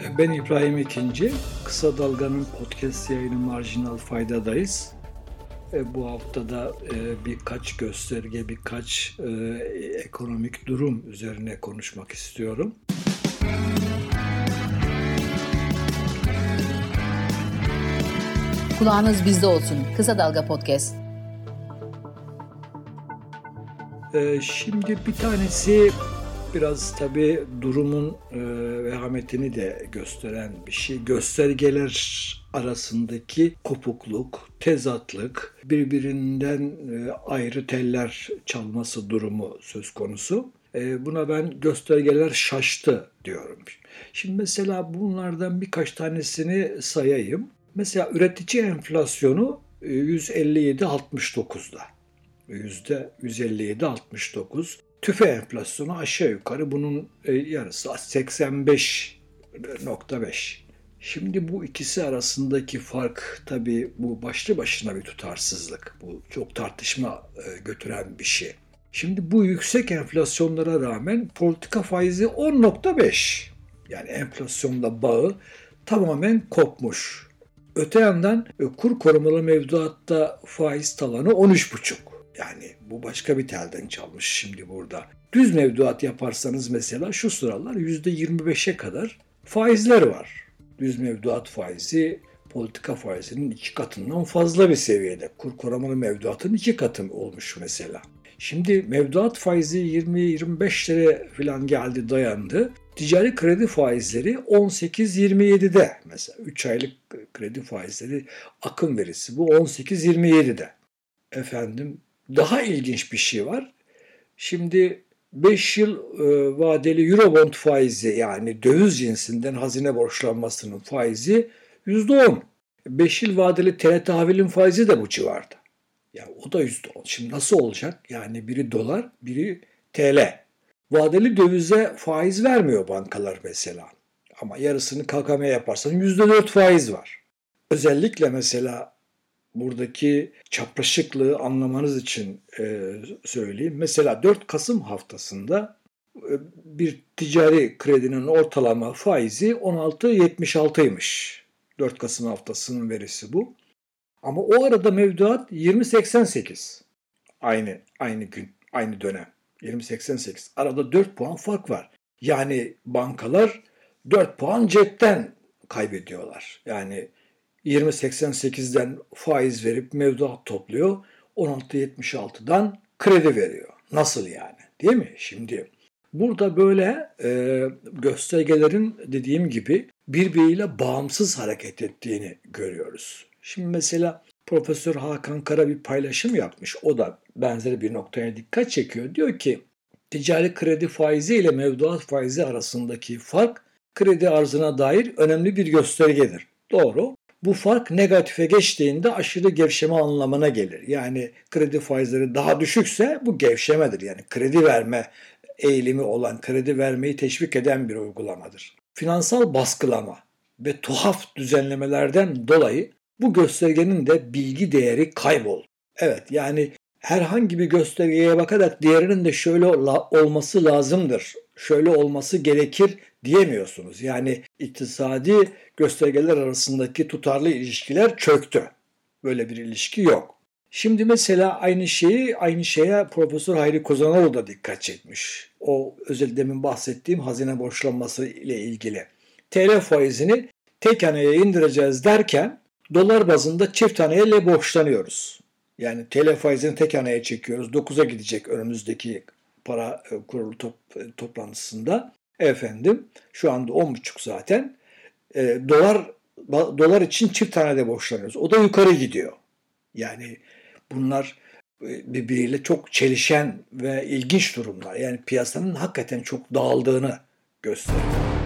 Ben İbrahim Ekinci. Kısa Dalga'nın podcast yayını Marjinal Fayda'dayız. Bu haftada birkaç gösterge, birkaç ekonomik durum üzerine konuşmak istiyorum. Kulağınız bizde olsun. Kısa Dalga Podcast. Şimdi bir tanesi biraz tabii durumun vehametini de gösteren bir şey. Göstergeler arasındaki kopukluk, tezatlık, birbirinden ayrı teller çalması durumu söz konusu. Buna ben göstergeler şaştı diyorum. Şimdi mesela bunlardan birkaç tanesini sayayım. Mesela üretici enflasyonu 157.69'da. %157.69. TÜFE enflasyonu aşağı yukarı bunun yarısı 85.5. Şimdi bu ikisi arasındaki fark tabii bu başlı başına bir tutarsızlık. Bu çok tartışma götüren bir şey. Şimdi bu yüksek enflasyonlara rağmen politika faizi 10.5. Yani enflasyonla bağı tamamen kopmuş. Öte yandan kur korumalı mevduatta faiz tavanı 13.5. Yani bu başka bir telden çalmış şimdi burada. Düz mevduat yaparsanız mesela şu sıralar %25'e kadar faizler var. Düz mevduat faizi politika faizinin 2 katından fazla bir seviyede. Kur korumalı mevduatın 2 katı olmuş mesela. Şimdi mevduat faizi 20-25 falan geldi, dayandı. Ticari kredi faizleri 18-27'de. Mesela 3 aylık kredi faizleri akım verisi bu 18-27'de. Efendim daha ilginç bir şey var. Şimdi 5 yıl vadeli Eurobond faizi, yani döviz cinsinden hazine borçlanmasının faizi %10. 5 yıl vadeli TL tahvilin faizi de bu civarda. Ya o da %10. Şimdi nasıl olacak? Yani biri dolar, biri TL. Vadeli dövize faiz vermiyor bankalar mesela. Ama yarısını KKM yaparsan %4 faiz var. Özellikle mesela buradaki çapraşıklığı anlamanız için söyleyeyim. Mesela 4 Kasım haftasında bir ticari kredinin ortalama faizi 16.76'ymış. 4 Kasım haftasının verisi bu. Ama o arada mevduat 20.88. Aynı gün, aynı dönem. 20.88. Arada 4 puan fark var. Yani bankalar 4 puan cepten kaybediyorlar. Yani 20.88'den faiz verip mevduat topluyor. 16.76'dan kredi veriyor. Nasıl yani? Değil mi? Şimdi burada böyle göstergelerin dediğim gibi birbiriyle bağımsız hareket ettiğini görüyoruz. Şimdi mesela Profesör Hakan Kara bir paylaşım yapmış. O da benzer bir noktaya dikkat çekiyor. Diyor ki ticari kredi faizi ile mevduat faizi arasındaki fark kredi arzına dair önemli bir göstergedir. Doğru. Bu fark negatife geçtiğinde aşırı gevşeme anlamına gelir. Yani kredi faizleri daha düşükse bu gevşemedir. Yani kredi verme eğilimi olan, kredi vermeyi teşvik eden bir uygulamadır. Finansal baskılama ve tuhaf düzenlemelerden dolayı bu göstergenin de bilgi değeri kayboldu. Evet, yani herhangi bir göstergeye bakarak diğerinin de şöyle olması lazımdır, şöyle olması gerekir diyemiyorsunuz. Yani iktisadi göstergeler arasındaki tutarlı ilişkiler çöktü. Böyle bir ilişki yok. Şimdi mesela aynı şeye Profesör Hayri Kozanoğlu da dikkat çekmiş. O özellikle demin bahsettiğim hazine borçlanması ile ilgili. TL faizini tek haneye indireceğiz derken dolar bazında çift haneyle borçlanıyoruz. Yani TL faizini tek haneye çekiyoruz. 9'a gidecek önümüzdeki para kurulu toplantısında. Efendim şu anda 10,5 zaten. Dolar için çift hanede borçlanıyoruz. O da yukarı gidiyor. Yani bunlar birbiriyle çok çelişen ve ilginç durumlar. Yani piyasanın hakikaten çok dağıldığını gösteriyor.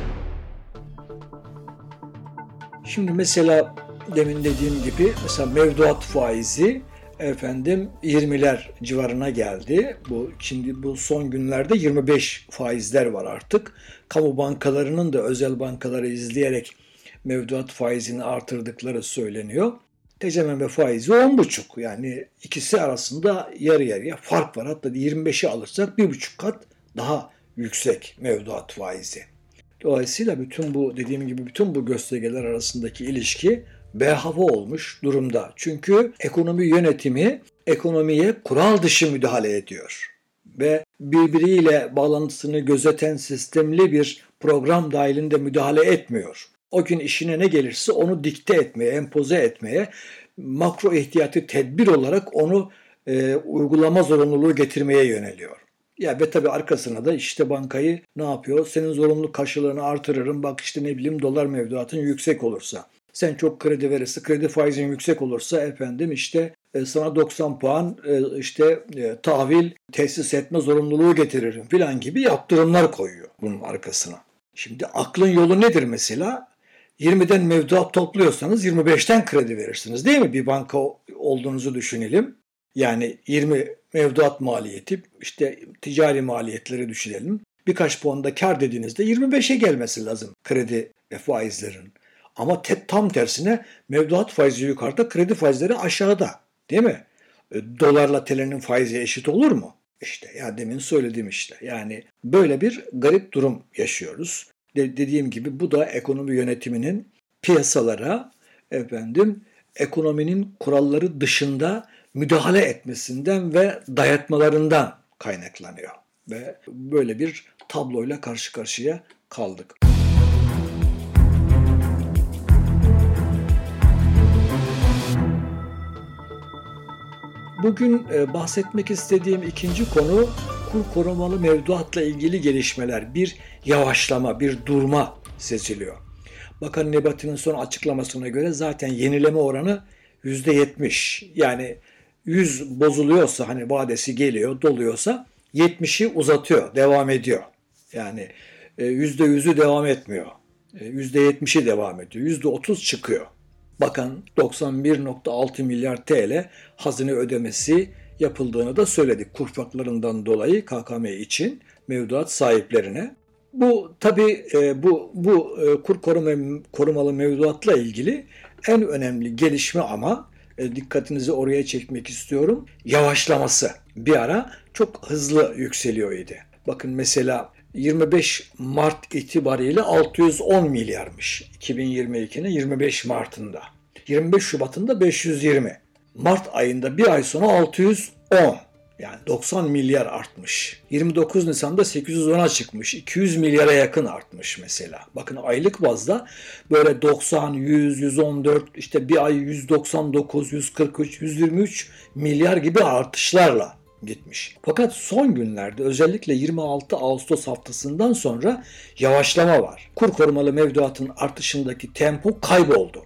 Şimdi mesela demin dediğim gibi mesela mevduat faizi 20'ler civarına geldi. Şimdi bu son günlerde 25 faizler var artık. Kamu bankalarının da özel bankaları izleyerek mevduat faizini artırdıkları söyleniyor. TCMM faizi 10,5. Yani ikisi arasında yarı yarıya fark var. Hatta 25'i alırsak 1,5 kat daha yüksek mevduat faizi. Dolayısıyla bütün bu göstergeler arasındaki ilişki berhava olmuş durumda. Çünkü ekonomi yönetimi ekonomiye kural dışı müdahale ediyor. Ve birbiriyle bağlantısını gözeten sistemli bir program dahilinde müdahale etmiyor. O gün işine ne gelirse onu dikte etmeye, empoze etmeye, makro ihtiyati tedbir olarak onu uygulama zorunluluğu getirmeye yöneliyor. Ya ve tabii arkasına da işte bankayı ne yapıyor? Senin zorunluluk karşılığını artırırım. Bak işte ne bileyim dolar mevduatın yüksek olursa. Sen çok kredi verirse, kredi faizin yüksek olursa efendim işte sana 90 puan tahvil tesis etme zorunluluğu getiririm filan gibi yaptırımlar koyuyor bunun arkasına. Şimdi aklın yolu nedir mesela? 20'den mevduat topluyorsanız 25'ten kredi verirsiniz değil mi? Bir banka olduğunuzu düşünelim. Yani 20 mevduat maliyeti, işte ticari maliyetleri düşünelim. Birkaç puanda kar dediğinizde 25'e gelmesi lazım kredi ve faizlerin. Ama tam tersine mevduat faizi yukarıda, kredi faizleri aşağıda. Değil mi? Dolarla TL'nin faizi eşit olur mu? İşte ya demin söylediğim işte. Yani böyle bir garip durum yaşıyoruz. Dediğim gibi bu da ekonomi yönetiminin piyasalara ekonominin kuralları dışında müdahale etmesinden ve dayatmalarından kaynaklanıyor. Ve böyle bir tabloyla karşı karşıya kaldık. Bugün bahsetmek istediğim ikinci konu kur korumalı mevduatla ilgili gelişmeler. Bir yavaşlama, bir durma seziliyor. Bakan Nebati'nin son açıklamasına göre zaten yenileme oranı %70. Yani 100 bozuluyorsa hani vadesi geliyor, doluyorsa 70'i uzatıyor, devam ediyor. Yani %100'ü devam etmiyor. %70'i devam ediyor. %30 çıkıyor. Bakan 91,6 milyar TL hazine ödemesi yapıldığını da söyledi. Kur farklarından dolayı KKM için mevduat sahiplerine. Bu tabii bu kur korumalı mevduatla ilgili en önemli gelişme ama dikkatinizi oraya çekmek istiyorum. Yavaşlaması. Bir ara çok hızlı yükseliyor idi. Bakın mesela 25 Mart itibariyle 610 milyarmış 2022'nin 25 Mart'ında. 25 Şubat'ında 520. Mart ayında bir ay sonra 610. Yani 90 milyar artmış. 29 Nisan'da 810'a çıkmış. 200 milyara yakın artmış mesela. Bakın aylık bazda böyle 90, 100, 114, işte bir ay 199, 143, 123 milyar gibi artışlarla gitmiş. Fakat son günlerde özellikle 26 Ağustos haftasından sonra yavaşlama var. Kur korumalı mevduatın artışındaki tempo kayboldu.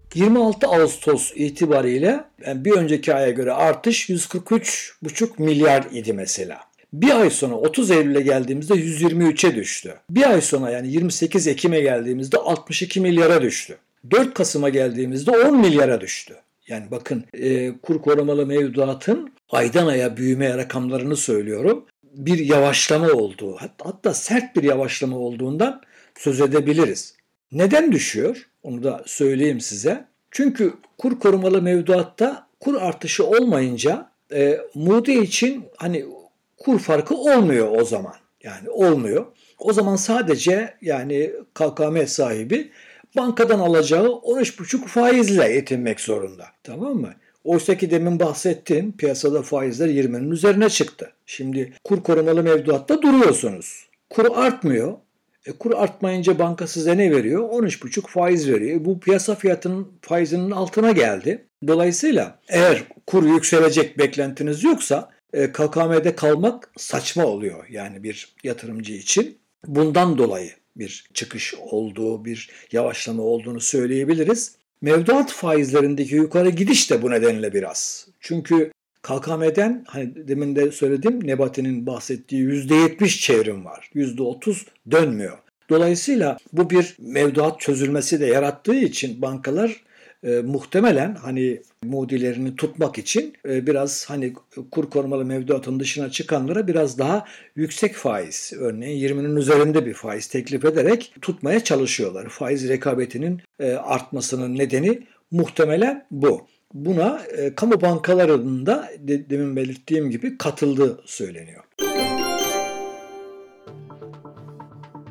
26 Ağustos itibariyle yani bir önceki aya göre artış 143,5 milyar idi mesela. Bir ay sonra 30 Eylül'e geldiğimizde 123'e düştü. Bir ay sonra yani 28 Ekim'e geldiğimizde 62 milyara düştü. 4 Kasım'a geldiğimizde 10 milyara düştü. Yani bakın kur korumalı mevduatın aydan aya büyüme rakamlarını söylüyorum. Bir yavaşlama olduğu, hatta sert bir yavaşlama olduğundan söz edebiliriz. Neden düşüyor? Onu da söyleyeyim size. Çünkü kur korumalı mevduatta kur artışı olmayınca Moody için hani kur farkı olmuyor o zaman. Yani olmuyor. O zaman sadece yani KKM sahibi bankadan alacağı 13,5 faizle yetinmek zorunda. Tamam mı? Oysa ki demin bahsettiğim piyasada faizler 20'nin üzerine çıktı. Şimdi kur korumalı mevduatta duruyorsunuz. Kur artmıyor. Kur artmayınca banka size ne veriyor? 13,5 faiz veriyor. Bu piyasa fiyatının faizinin altına geldi. Dolayısıyla eğer kur yükselecek beklentiniz yoksa KKM'de kalmak saçma oluyor. Yani bir yatırımcı için. Bundan dolayı bir çıkış olduğu, bir yavaşlama olduğunu söyleyebiliriz. Mevduat faizlerindeki yukarı gidiş de bu nedenle biraz. Çünkü KKM'den hani demin de söyledim Nebati'nin bahsettiği %70 çevrim var. %30 dönmüyor. Dolayısıyla bu bir mevduat çözülmesi de yarattığı için bankalar muhtemelen hani mudilerini tutmak için biraz hani kur korumalı mevduatın dışına çıkanlara biraz daha yüksek faiz, örneğin 20'nin üzerinde bir faiz teklif ederek tutmaya çalışıyorlar. Faiz rekabetinin artmasının nedeni muhtemelen bu. Buna kamu bankalarının da demin belirttiğim gibi katıldığı söyleniyor.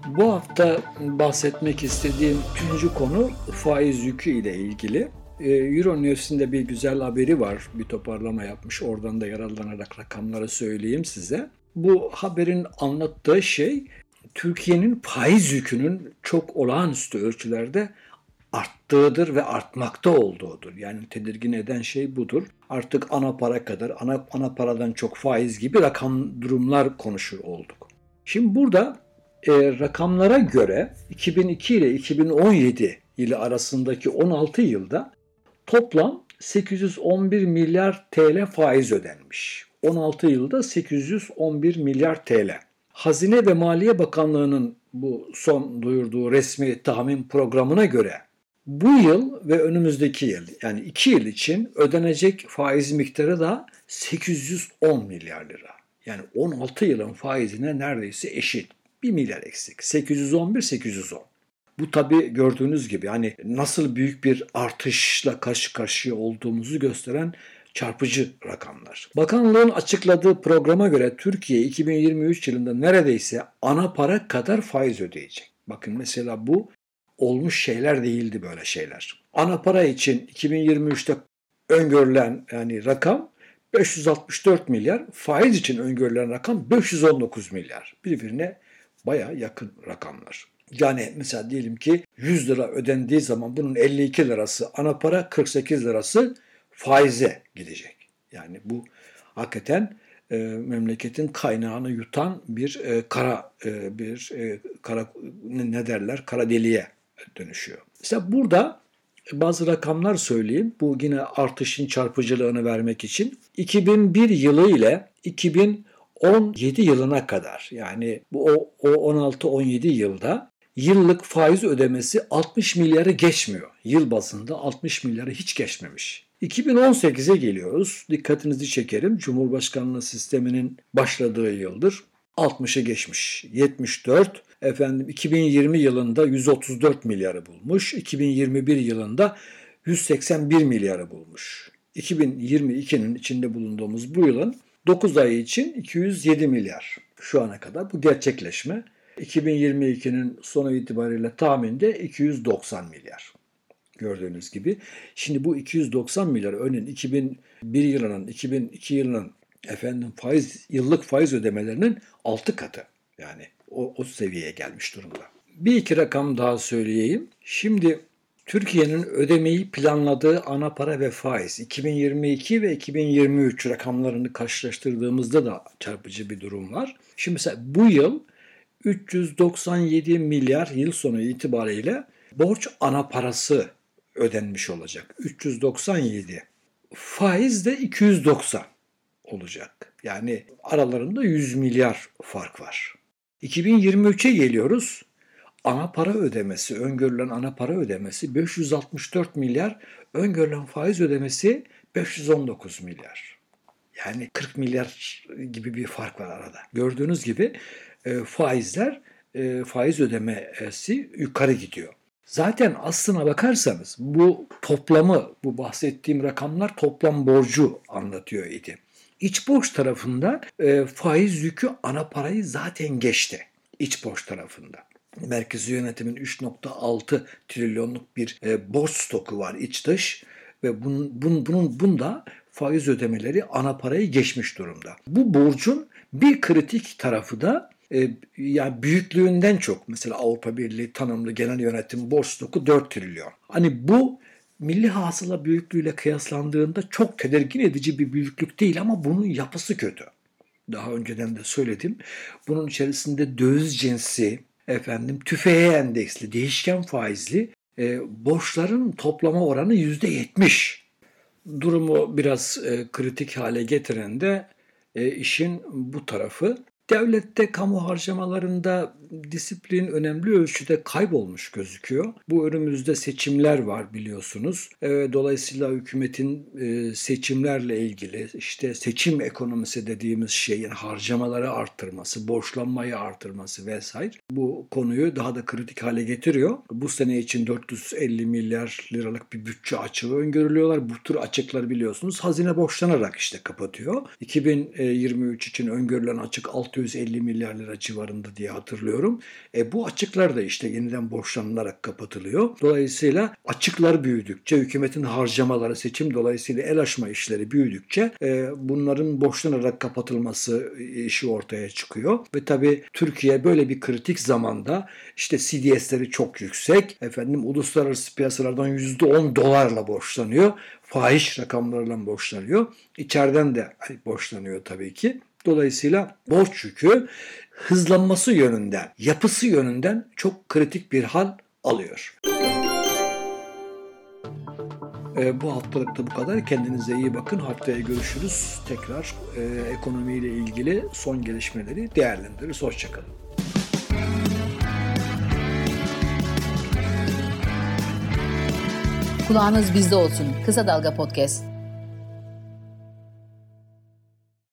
Bu hafta bahsetmek istediğim üçüncü konu faiz yükü ile ilgili. Euronews'ün bir güzel haberi var. Bir toparlama yapmış. Oradan da yararlanarak rakamları söyleyeyim size. Bu haberin anlattığı şey Türkiye'nin faiz yükünün çok olağanüstü ölçülerde arttığıdır ve artmakta olduğudur. Yani tedirgin eden şey budur. Artık ana para kadar, ana paradan çok faiz gibi durumlar konuşur olduk. Şimdi burada rakamlara göre 2002 ile 2017 yılı arasındaki 16 yılda toplam 811 milyar TL faiz ödenmiş. 16 yılda 811 milyar TL. Hazine ve Maliye Bakanlığı'nın bu son duyurduğu resmi tahmin programına göre bu yıl ve önümüzdeki yıl, yani 2 yıl için ödenecek faiz miktarı da 810 milyar lira. Yani 16 yılın faizine neredeyse eşit. 1 milyar eksik. 811-810. Bu tabii gördüğünüz gibi hani nasıl büyük bir artışla karşı karşıya olduğumuzu gösteren çarpıcı rakamlar. Bakanlığın açıkladığı programa göre Türkiye 2023 yılında neredeyse ana para kadar faiz ödeyecek. Bakın mesela bu olmuş şeyler değildi, böyle şeyler. Ana para için 2023'te öngörülen rakam 564 milyar, faiz için öngörülen rakam 519 milyar. Birbirine baya yakın rakamlar. Yani mesela diyelim ki 100 lira ödendiği zaman bunun 52 lirası ana para, 48 lirası faize gidecek. Yani bu hakikaten memleketin kaynağını yutan bir kara deliğe dönüşüyor. Mesela burada bazı rakamlar söyleyeyim. Bu yine artışın çarpıcılığını vermek için. 2001 yılı ile 2017 yılına kadar, yani bu o 16-17 yılda yıllık faiz ödemesi 60 milyarı geçmiyor. Yıl bazında 60 milyarı hiç geçmemiş. 2018'e geliyoruz. Dikkatinizi çekerim. Cumhurbaşkanlığı sisteminin başladığı yıldır. 60'ı geçmiş. 74. 2020 yılında 134 milyarı bulmuş. 2021 yılında 181 milyarı bulmuş. 2022'nin içinde bulunduğumuz bu yılın 9 ayı için 207 milyar şu ana kadar bu gerçekleşme. 2022'nin sonu itibariyle tahminde 290 milyar. Gördüğünüz gibi. Şimdi bu 290 milyar örneğin 2001 yılının, 2002 yılının yıllık faiz ödemelerinin 6 katı. Yani o seviyeye gelmiş durumda. Bir iki rakam daha söyleyeyim. Şimdi Türkiye'nin ödemeyi planladığı ana para ve faiz 2022 ve 2023 rakamlarını karşılaştırdığımızda da çarpıcı bir durum var. Şimdi mesela bu yıl 397 milyar yıl sonu itibariyle borç ana parası ödenmiş olacak. 397. Faiz de 290 olacak. Yani aralarında 100 milyar fark var. 2023'e geliyoruz. Öngörülen ana para ödemesi 564 milyar, öngörülen faiz ödemesi 519 milyar. Yani 40 milyar gibi bir fark var arada. Gördüğünüz gibi faiz ödemesi yukarı gidiyor. Zaten aslına bakarsanız bu bahsettiğim rakamlar toplam borcu anlatıyor idi. İç borç tarafında faiz yükü ana parayı zaten geçti. İç borç tarafında. Merkezi yönetimin 3,6 trilyonluk bir borç stoku var iç dış ve bunda faiz ödemeleri ana parayı geçmiş durumda. Bu borcun bir kritik tarafı da yani büyüklüğünden çok, mesela Avrupa Birliği tanımlı genel yönetim borç stoku 4 trilyon. Hani bu milli hasıla büyüklüğüyle kıyaslandığında çok tedirgin edici bir büyüklük değil ama bunun yapısı kötü. Daha önceden de söyledim. Bunun içerisinde döviz cinsi, tüfeğe endeksli, değişken faizli borçların toplama oranı %70. Durumu biraz kritik hale getiren de işin bu tarafı. Devlette kamu harcamalarında disiplin önemli ölçüde kaybolmuş gözüküyor. Bu önümüzde seçimler var biliyorsunuz. Dolayısıyla hükümetin seçimlerle ilgili seçim ekonomisi dediğimiz şeyin harcamaları arttırması, borçlanmayı arttırması vesaire bu konuyu daha da kritik hale getiriyor. Bu sene için 450 milyar liralık bir bütçe açığı öngörülüyorlar. Bu tür açıkları biliyorsunuz hazine borçlanarak kapatıyor. 2023 için öngörülen açık 600 650 milyar lira civarında diye hatırlıyorum. Bu açıklar da işte yeniden borçlanılarak kapatılıyor. Dolayısıyla açıklar büyüdükçe, hükümetin harcamaları, seçim dolayısıyla el açma işleri büyüdükçe bunların borçlanarak kapatılması işi ortaya çıkıyor. Ve tabii Türkiye böyle bir kritik zamanda işte CDS'leri çok yüksek, uluslararası piyasalardan %10 dolarla borçlanıyor. Fahiş rakamlarla borçlanıyor. İçeriden de borçlanıyor tabii ki. Dolayısıyla borç yükü hızlanması yönünden, yapısı yönünden çok kritik bir hal alıyor. Bu haftalık da bu kadar. Kendinize iyi bakın. Haftaya görüşürüz. Tekrar ekonomiyle ilgili son gelişmeleri değerlendiririz. Hoşçakalın. Kulağınız bizde olsun. Kısa Dalga Podcast.